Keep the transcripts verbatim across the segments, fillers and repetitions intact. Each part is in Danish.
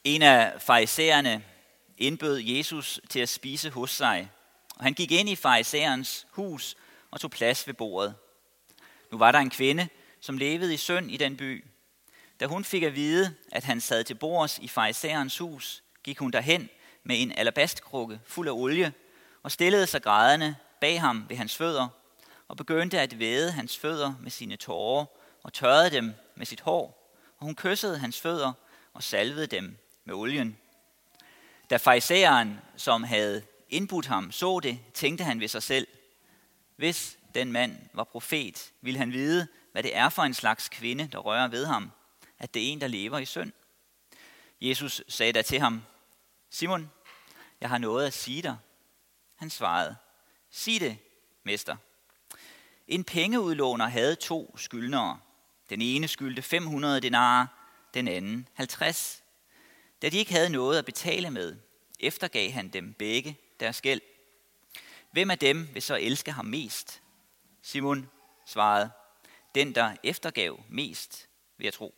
En af farisæerne indbød Jesus til at spise hos sig, og han gik ind i farisæerens hus og tog plads ved bordet. Nu var der en kvinde, som levede i synd i den by. Da hun fik at vide, at han sad til bords i farisæerens hus, gik hun derhen med en alabastkrukke fuld af olie og stillede sig grædende bag ham ved hans fødder og begyndte at væde hans fødder med sine tårer og tørrede dem med sit hår, og hun kyssede hans fødder og salvede dem med olien. Da farisæeren, som havde indbudt ham, så det, tænkte han ved sig selv: hvis den mand var profet, ville han vide, hvad det er for en slags kvinde, der rører ved ham, at det er en, der lever i synd. Jesus sagde da til ham: Simon, jeg har noget at sige dig. Han svarede: sig det, mester. En pengeudlåner havde to skyldnere. Den ene skyldte fem hundrede denarer, den anden halvtreds. Da de ikke havde noget at betale med, eftergav han dem begge deres gæld. Hvem af dem vil så elske ham mest? Simon svarede: den, der eftergav mest, vil jeg tro.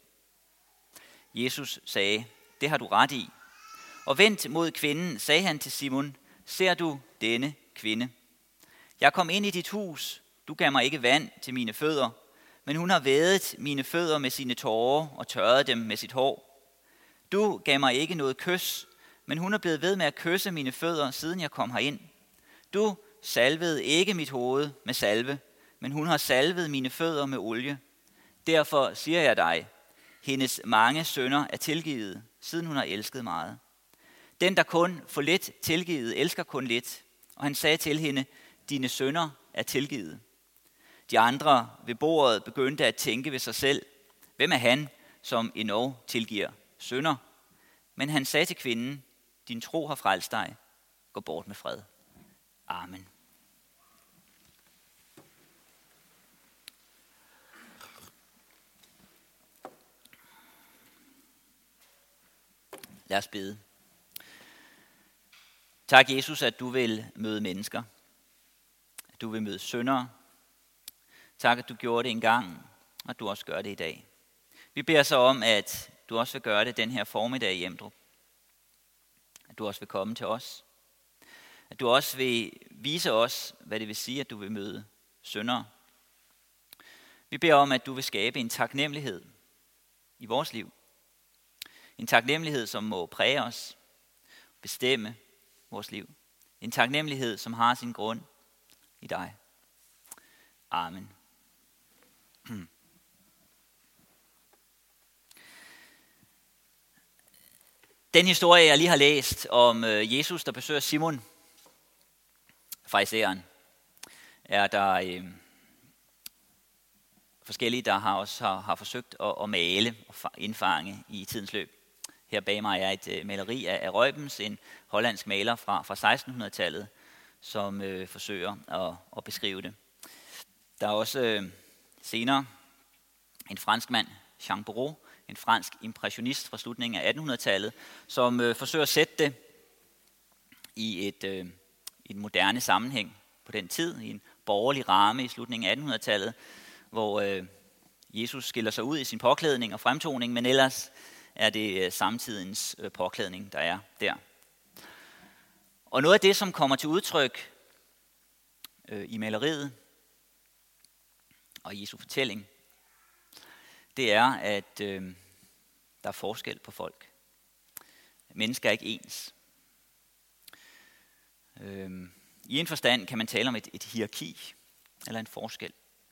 Jesus sagde: det har du ret i. Og vendt mod kvinden, sagde han til Simon: ser du denne kvinde? Jeg kom ind i dit hus, du gav mig ikke vand til mine fødder, men hun har vædet mine fødder med sine tårer og tørret dem med sit hår. Du gav mig ikke noget kys, men hun er blevet ved med at kysse mine fødder, siden jeg kom herind. Du salvede ikke mit hoved med salve, men hun har salvet mine fødder med olie. Derfor siger jeg dig, hendes mange synder er tilgivet, siden hun har elsket meget. Den, der kun får lidt tilgivet, elsker kun lidt. Og han sagde til hende: dine synder er tilgivet. De andre ved bordet begyndte at tænke ved sig selv: hvem er han, som endnu tilgiver synder? Men han sagde til kvinden: din tro har frelst dig. Gå bort med fred. Amen. Lad os bede. Tak, Jesus, at du vil møde mennesker. At du vil møde syndere. Tak, at du gjorde det engang, og at du også gør det i dag. Vi beder så om, at du også vil gøre det den her formiddag i Emdrup. At du også vil komme til os. At du også vil vise os, hvad det vil sige, at du vil møde syndere. Vi beder om, at du vil skabe en taknemmelighed i vores liv. En taknemmelighed, som må præge os, bestemme vores liv. En taknemmelighed, som har sin grund i dig. Amen. Den historie, jeg lige har læst om Jesus, der besøger Simon, farisæeren, er der øh, forskellige, der har også har, har forsøgt at, at male og indfange i tidens løb. Her bag mig er et øh, maleri af, af Røbens, en hollandsk maler fra, fra sekstenhundredetallet, som øh, forsøger at, at beskrive det. Der er også øh, senere en fransk mand, Jean Borot, en fransk impressionist fra slutningen af attenhundredetallet, som øh, forsøger at sætte det i et, øh, i en moderne sammenhæng på den tid, i en borgerlig ramme i slutningen af attenhundredetallet, hvor øh, Jesus skiller sig ud i sin påklædning og fremtoning, men ellers er det øh, samtidens øh, påklædning, der er der. Og noget af det, som kommer til udtryk øh, i maleriet og i Jesu fortælling, det er, at øh, der er forskel på folk. Mennesker er ikke ens. Øh, I en forstand kan man tale om et, et hierarki, eller en forskel.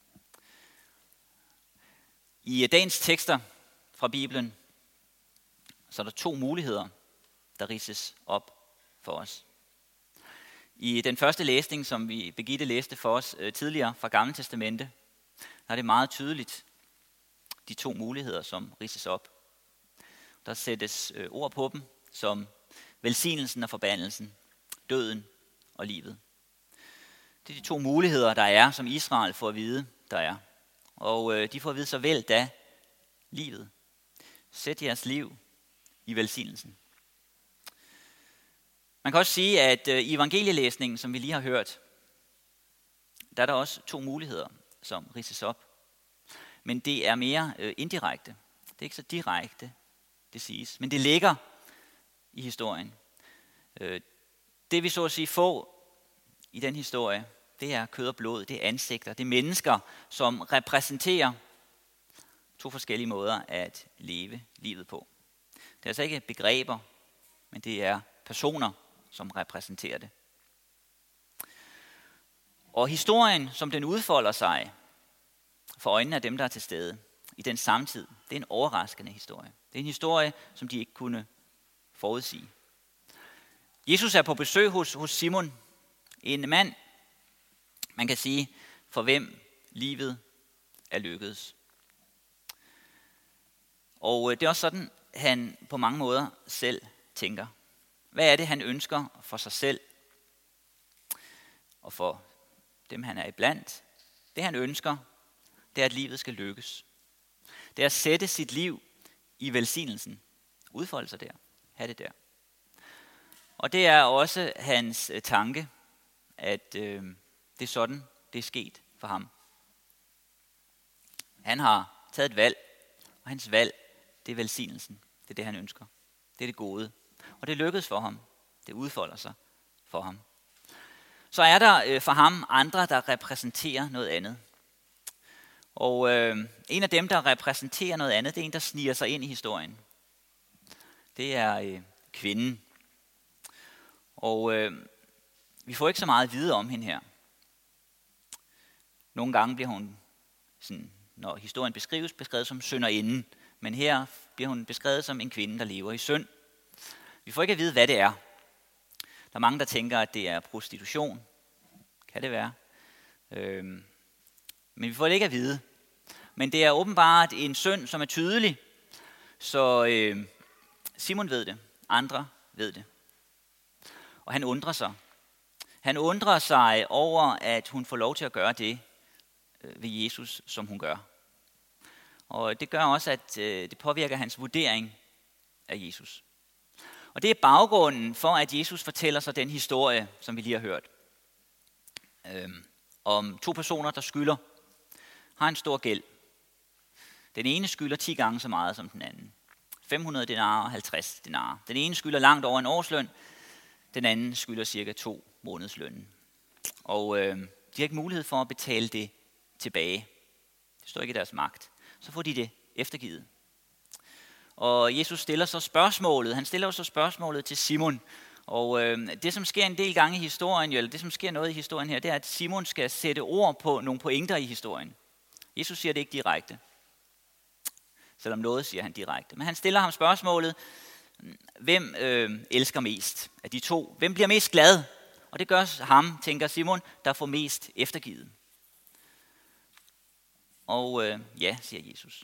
I dagens tekster fra Bibelen, så er der to muligheder, der ridses op for os. I den første læsning, som vi Birgitte læste for os øh, tidligere fra Gamle Testamente, der er det meget tydeligt, de to muligheder, som ridses op. Der sættes øh, ord på dem, som velsignelsen og forbandelsen, døden og livet. Det er de to muligheder, der er, som Israel får at vide, der er. Og øh, de får at vide så vel da livet. Sæt jeres liv i velsignelsen. Man kan også sige, at øh, i evangelielæsningen, som vi lige har hørt, der er der også to muligheder, som ridses op. Men det er mere øh, indirekte. Det er ikke så direkte, det siges. Men det ligger i historien. Det vi så at sige får i den historie, det er kød og blod, det er ansigter, det er mennesker, som repræsenterer to forskellige måder at leve livet på. Det er altså ikke begreber, men det er personer, som repræsenterer det. Og historien, som den udfolder sig for øjnene af dem, der er til stede i den samtid, det er en overraskende historie. Det er en historie, som de ikke kunne forudsige. Jesus er på besøg hos, hos Simon, en mand, man kan sige, for hvem livet er lykkedes. Og det er også sådan, han på mange måder selv tænker. Hvad er det, han ønsker for sig selv og for dem, han er iblandt? Det, han ønsker, det er, at livet skal lykkes. Det er at sætte sit liv i velsignelsen. Udfolde sig der. Ha' det der. Og det er også hans tanke, at øh, det er sådan, det er sket for ham. Han har taget et valg, og hans valg, det er velsignelsen. Det er det, han ønsker. Det er det gode. Og det lykkedes for ham. Det udfolder sig for ham. Så er der øh, for ham andre, der repræsenterer noget andet. Og øh, en af dem, der repræsenterer noget andet, det er en, der sniger sig ind i historien. Det er øh, kvinden. Og øh, vi får ikke så meget at vide om hende her. Nogle gange bliver hun, sådan, når historien beskrives, beskrevet som synderinden. Men her bliver hun beskrevet som en kvinde, der lever i synd. Vi får ikke at vide, hvad det er. Der er mange, der tænker, at det er prostitution. Kan det være? Øhm, men vi får det ikke at vide. Men det er åbenbart en synd, som er tydelig. Så øh, Simon ved det. Andre ved det. Og han undrer sig. Han undrer sig over, at hun får lov til at gøre det øh, ved Jesus, som hun gør. Og det gør også, at øh, det påvirker hans vurdering af Jesus. Og det er baggrunden for, at Jesus fortæller sig den historie, som vi lige har hørt. Øhm, om to personer, der skylder, har en stor gæld. Den ene skylder ti gange så meget som den anden. fem hundrede denarer og halvtreds denarer. Den ene skylder langt over en årsløn. Den anden skylder cirka to månedslønnen. Og øh, de har ikke mulighed for at betale det tilbage. Det står ikke i deres magt. Så får de det eftergivet. Og Jesus stiller så spørgsmålet. Han stiller så spørgsmålet til Simon. Og øh, det, som sker en del gange i historien, eller det, som sker noget i historien her, det er, at Simon skal sætte ord på nogle pointer i historien. Jesus siger det ikke direkte. Selvom noget siger han direkte. Men han stiller ham spørgsmålet, hvem øh, elsker mest af de to? Hvem bliver mest glad? Og det gør ham, tænker Simon, der får mest eftergivet. Og øh, ja, siger Jesus.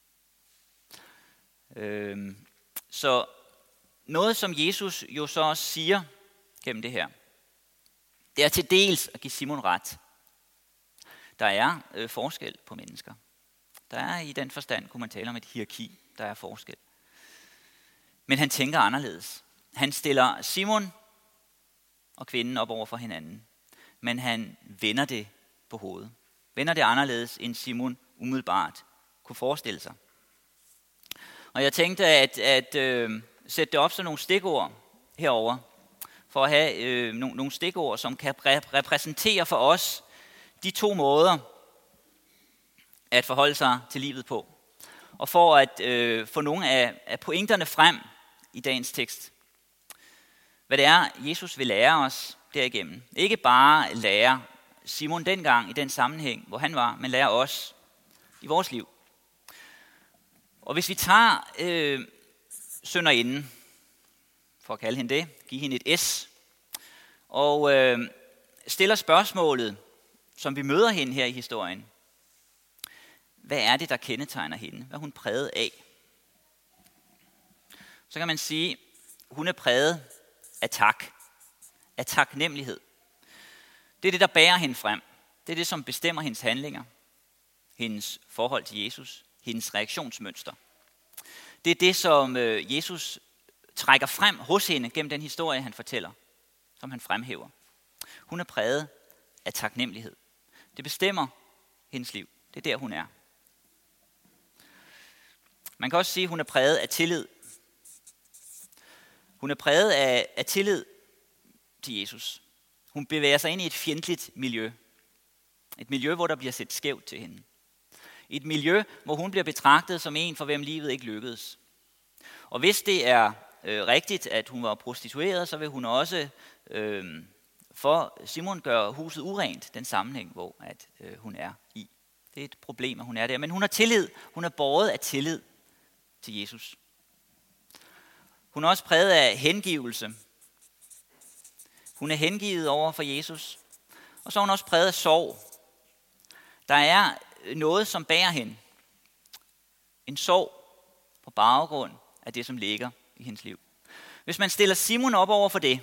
Øh, så noget, som Jesus jo så også siger gennem det her, det er til dels at give Simon ret. Der er øh, forskel på mennesker. Der er i den forstand, kunne man tale om et hierarki, der er forskel. Men han tænker anderledes. Han stiller Simon og kvinden op over for hinanden, men han vender det på hovedet. Vender det anderledes, end Simon umiddelbart kunne forestille sig. Og jeg tænkte at, at øh, sætte det op som nogle stikord herover, for at have øh, nogle, nogle stikord, som kan repræsentere for os de to måder at forholde sig til livet på. Og for at øh, få nogle af, af pointerne frem i dagens tekst. Hvad det er, Jesus vil lære os derigennem. Ikke bare lære Simon dengang i den sammenhæng, hvor han var, men lære os i vores liv. Og hvis vi tager øh, synderinden, for at kalde hende det, give hende et S, og øh, stiller spørgsmålet, som vi møder hende her i historien. Hvad er det, der kendetegner hende? Hvad er hun præget af? Så kan man sige, hun er præget af tak, af taknemmelighed. Det er det, der bærer hende frem. Det er det, som bestemmer hendes handlinger, hendes forhold til Jesus, hendes reaktionsmønster. Det er det, som Jesus trækker frem hos hende gennem den historie, han fortæller, som han fremhæver. Hun er præget af taknemmelighed. Det bestemmer hendes liv. Det er der, hun er. Man kan også sige, at hun er præget af tillid. Hun er præget af, af tillid til Jesus. Hun bevæger sig ind i et fjendtligt miljø. Et miljø, hvor der bliver set skævt til hende. Et miljø, hvor hun bliver betragtet som en, for hvem livet ikke lykkedes. Og hvis det er øh, rigtigt, at hun var prostitueret, så vil hun også øh, for Simon gøre huset urent, den sammenhæng, hvor at, øh, hun er i. Det er et problem, at hun er der. Men hun har tillid. Hun er båret af tillid til Jesus. Hun er også præget af hengivelse. Hun er hengivet over for Jesus. Og så er hun også præget af sorg. Der er noget, som bærer hende. En sorg på baggrund af det, som ligger i hendes liv. Hvis man stiller Simon op over for det,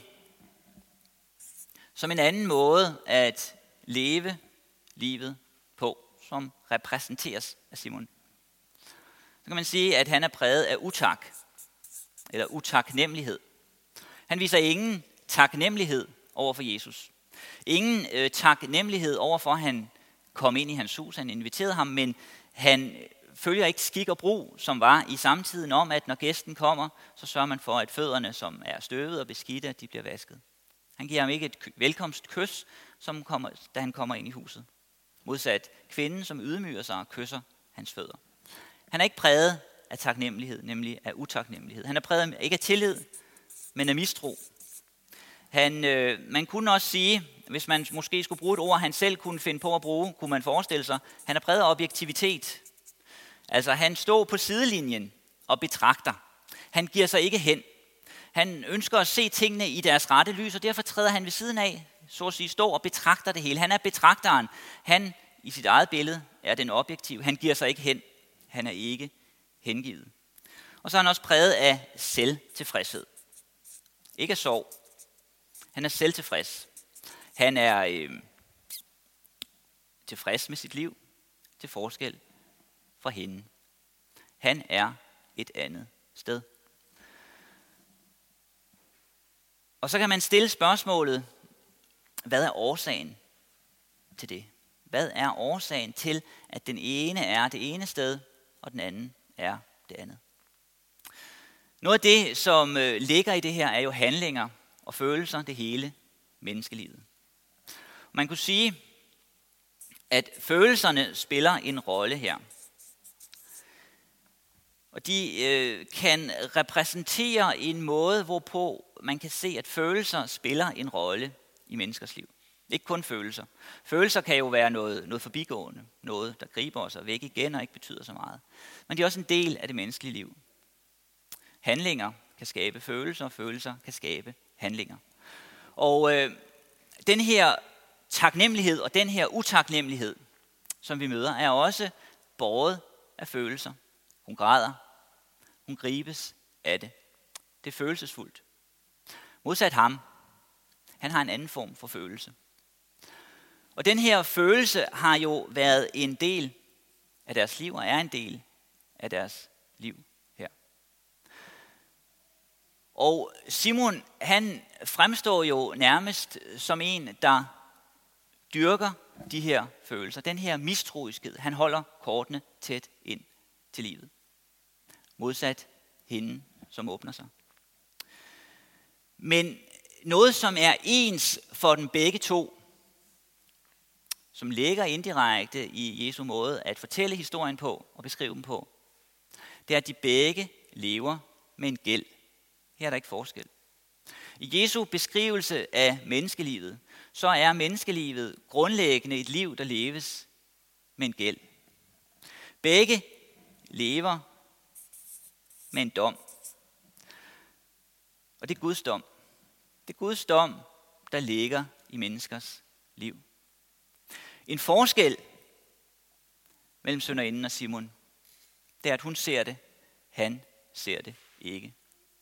som en anden måde at leve livet på, som repræsenteres af Simon, så kan man sige, at han er præget af utak, eller utaknemmelighed. Han viser ingen taknemmelighed over for Jesus. Ingen øh, taknemmelighed over for, at han kom ind i hans hus, han inviterede ham, men han følger ikke skik og brug, som var i samtiden om, at når gæsten kommer, så sørger man for, at fødderne, som er støvet og beskidte, de bliver vasket. Han giver ham ikke et velkomstkys, som kommer, da han kommer ind i huset. Modsat kvinden, som ydmyger sig og kysser hans fødder. Han er ikke præget af taknemmelighed, nemlig af utaknemmelighed. Han er præget ikke af tillid, men af mistro. Han, øh, man kunne også sige, hvis man måske skulle bruge et ord, han selv kunne finde på at bruge, kunne man forestille sig, han er præget af objektivitet. Altså han står på sidelinjen og betragter. Han giver sig ikke hen. Han ønsker at se tingene i deres rette lys, og derfor træder han ved siden af, så at sige, står og betragter det hele. Han er betragteren. Han i sit eget billede er den objektive. Han giver sig ikke hen. Han er ikke hengivet. Og så er han også præget af selvtilfredshed. Ikke af sorg. Han er selvtilfreds. Han er øh, tilfreds med sit liv til forskel fra hende. Han er et andet sted. Og så kan man stille spørgsmålet, hvad er årsagen til det? Hvad er årsagen til, at den ene er det ene sted, og den anden er det andet? Noget af det, som øh, ligger i det her, er jo handlinger og følelser, det hele menneskelivet. Man kunne sige, at følelserne spiller en rolle her. Og de øh, kan repræsentere en måde, hvorpå man kan se, at følelser spiller en rolle i menneskers liv. Ikke kun følelser. Følelser kan jo være noget, noget forbigående, noget, der griber os væk igen og ikke betyder så meget. Men de er også en del af det menneskelige liv. Handlinger kan skabe følelser, og følelser kan skabe handlinger. Og øh, den her taknemmelighed og den her utaknemmelighed, som vi møder, er også båret af følelser. Hun græder. Hun gribes af det. Det er følelsesfuldt. Modsat ham, han har en anden form for følelse. Og den her følelse har jo været en del af deres liv, og er en del af deres liv her. Og Simon, han fremstår jo nærmest som en, der dyrker de her følelser. Den her mistroiskhed, han holder kortene tæt ind til livet. Modsat hende, som åbner sig. Men noget, som er ens for dem begge to, som ligger indirekte i Jesu måde at fortælle historien på og beskrive dem på, det er, at de begge lever med en gæld. Her er der ikke forskel. I Jesu beskrivelse af menneskelivet, så er menneskelivet grundlæggende et liv, der leves med en gæld. Begge lever med en dom. Og det er Guds dom. Det er Guds dom, der ligger i menneskers liv. En forskel mellem synderinden og Simon, det er, at hun ser det, han ser det ikke.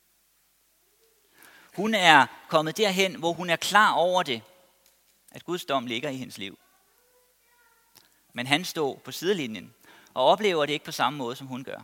Hun er kommet derhen, hvor hun er klar over det, at Guds dom ligger i hendes liv. Men han står på sidelinjen og oplever det ikke på samme måde, som hun gør.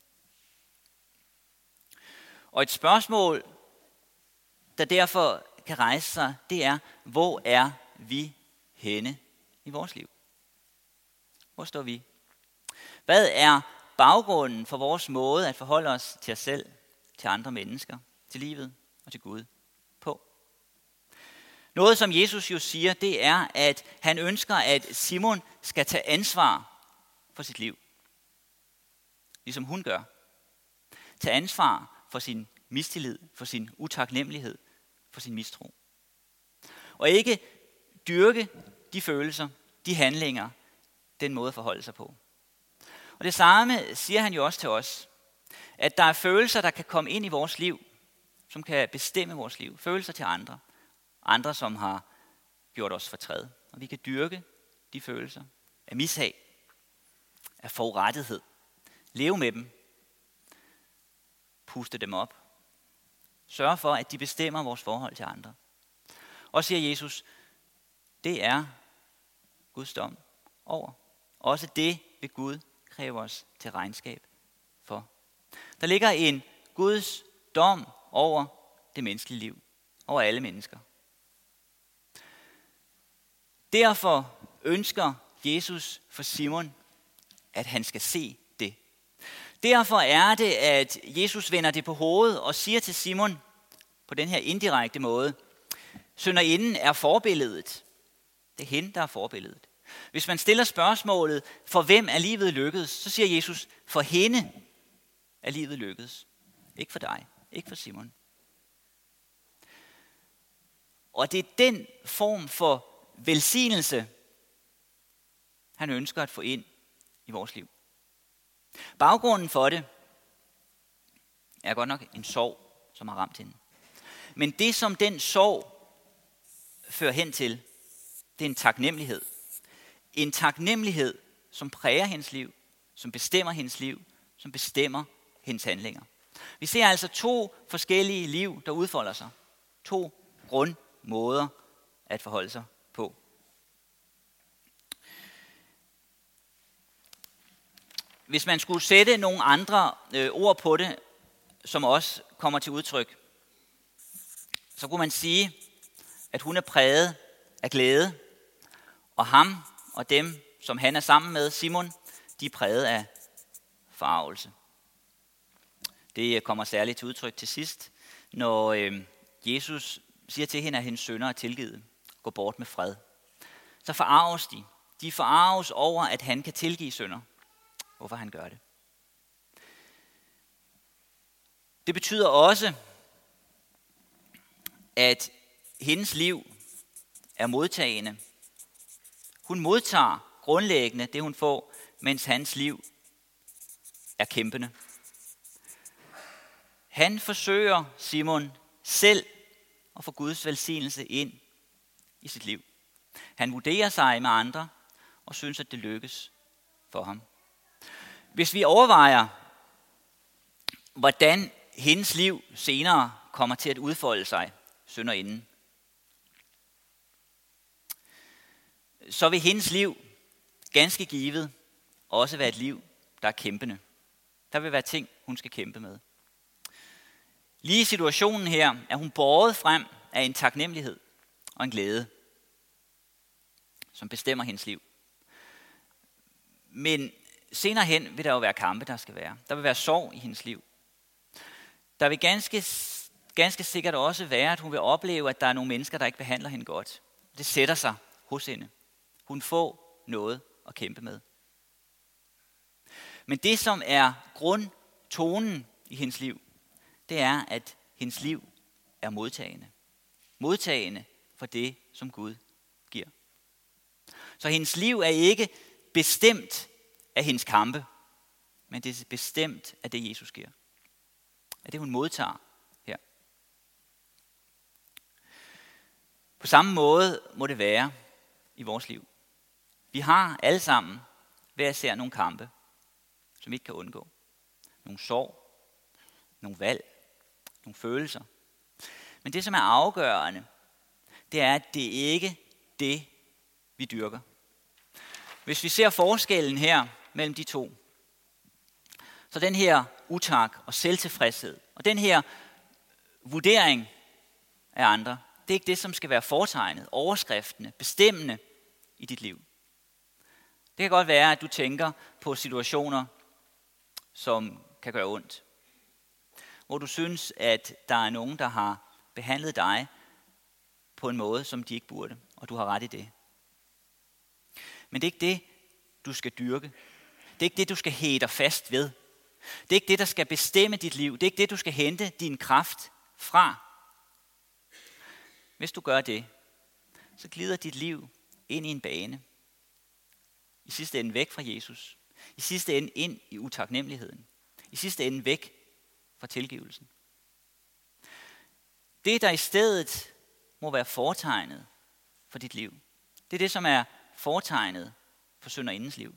Og et spørgsmål, der derfor kan rejse sig, det er, hvor er vi henne i vores liv? Hvor står vi? Hvad er baggrunden for vores måde at forholde os til os selv, til andre mennesker, til livet og til Gud på. Noget, som Jesus jo siger, det er, at han ønsker, at Simon skal tage ansvar for sit liv. Ligesom hun gør. Tage ansvar for sin mistillid, for sin utaknemmelighed, for sin mistro. Og ikke dyrke de følelser, de handlinger, den måde at forholde sig på. Og det samme siger han jo også til os, at der er følelser, der kan komme ind i vores liv, som kan bestemme vores liv. Følelser til andre. Andre, som har gjort os fortræd. Og vi kan dyrke de følelser af mishag, af forurettethed. Leve med dem. Puste dem op. Sørge for, at de bestemmer vores forhold til andre. Og siger Jesus, det er Guds dom over. Også det vil Gud kræve os til regnskab for. Der ligger en Guds dom over det menneskelige liv. Over alle mennesker. Derfor ønsker Jesus for Simon, at han skal se det. Derfor er det, at Jesus vender det på hovedet og siger til Simon, på den her indirekte måde, synderinden er forbilledet. Det er hende, der er forbilledet. Hvis man stiller spørgsmålet, for hvem er livet lykkedes, så siger Jesus, for hende er livet lykkedes. Ikke for dig, ikke for Simon. Og det er den form for velsignelse, han ønsker at få ind i vores liv. Baggrunden for det er godt nok en sorg, som har ramt hende. Men det, som den sorg fører hen til, det er en taknemmelighed. En taknemmelighed, som præger hendes liv, som bestemmer hendes liv, som bestemmer hendes handlinger. Vi ser altså to forskellige liv, der udfolder sig. To grundmåder at forholde sig på. Hvis man skulle sætte nogle andre øh, ord på det, som også kommer til udtryk, så kunne man sige, at hun er præget af glæde, og ham og dem, som han er sammen med, Simon, de er præget af forargelse. Det kommer særligt til udtryk til sidst, når øh, Jesus siger til hende, at hendes synder er tilgivet. Gå bort med fred. Så forarves de. De forarves over, at han kan tilgive synder. Hvorfor han gør det. Det betyder også, at hendes liv er modtagende. Hun modtager grundlæggende det, hun får, mens hans liv er kæmpende. Han forsøger, Simon, selv at få Guds velsignelse ind i sit liv. Han vurderer sig med andre og synes, at det lykkes for ham. Hvis vi overvejer, hvordan hendes liv senere kommer til at udfolde sig, synderinden, så vil hendes liv ganske givet også være et liv, der er kæmpende. Der vil være ting, hun skal kæmpe med. Lige i situationen her er hun båret frem af en taknemmelighed og en glæde, som bestemmer hendes liv. Men senere hen vil der jo være kampe, der skal være. Der vil være sorg i hendes liv. Der vil ganske, ganske sikkert også være, at hun vil opleve, at der er nogle mennesker, der ikke behandler hende godt. Det sætter sig hos hende. Hun får noget at kæmpe med. Men det, som er grundtonen i hendes liv, det er, at hendes liv er modtagende. Modtagende for det, som Gud giver. Så hendes liv er ikke bestemt af hendes kampe, men det er bestemt af det, Jesus giver. Af det, hun modtager her. På samme måde må det være i vores liv. Vi har alle sammen hver især nogle kampe, som vi ikke kan undgå. Nogle sorg, nogle valg, nogle følelser. Men det, som er afgørende, det er, at det ikke er det, vi dyrker. Hvis vi ser forskellen her mellem de to, så den her utak og selvtilfredshed, og den her vurdering af andre, det er ikke det, som skal være foretegnet, overskriftende, bestemmende i dit liv. Det kan godt være, at du tænker på situationer, som kan gøre ondt. Hvor du synes, at der er nogen, der har behandlet dig på en måde, som de ikke burde, og du har ret i det. Men det er ikke det, du skal dyrke. Det er ikke det, du skal hæge dig fast ved. Det er ikke det, der skal bestemme dit liv. Det er ikke det, du skal hente din kraft fra. Hvis du gør det, så glider dit liv ind i en bane. I sidste ende væk fra Jesus. I sidste ende ind i utaknemmeligheden. I sidste ende væk fra tilgivelsen. Det, der i stedet må være fortegnet for dit liv, det er det, som er fortegnet for synderindens liv.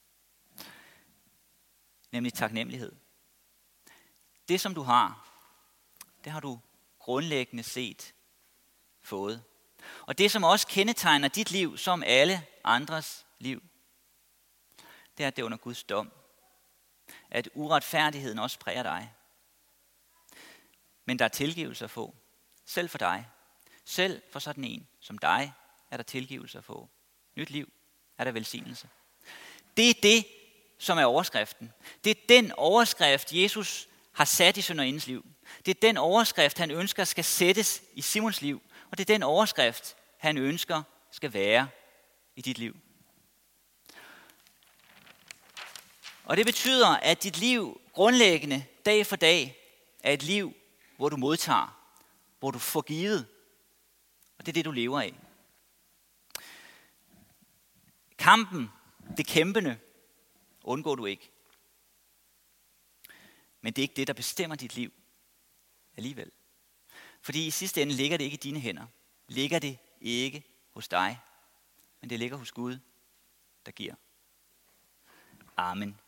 Nemlig taknemmelighed. Det, som du har, det har du grundlæggende set fået. Og det, som også kendetegner dit liv som alle andres liv, det er, at det er under Guds dom. At uretfærdigheden også præger dig. Men der er tilgivelse at få. Selv for dig. Selv for sådan en som dig er der tilgivelse at få. Nyt liv er der velsignelse. Det er det, som er overskriften. Det er den overskrift, Jesus har sat i synderindens liv. Det er den overskrift, han ønsker skal sættes i Simons liv. Og det er den overskrift, han ønsker skal være i dit liv. Og det betyder, at dit liv grundlæggende dag for dag er et liv, hvor du modtager, hvor du får givet. Og det er det, du lever af. Kampen, det kæmpende, undgår du ikke. Men det er ikke det, der bestemmer dit liv alligevel. Fordi i sidste ende ligger det ikke i dine hænder. Ligger det ikke hos dig, men det ligger hos Gud, der giver. Amen.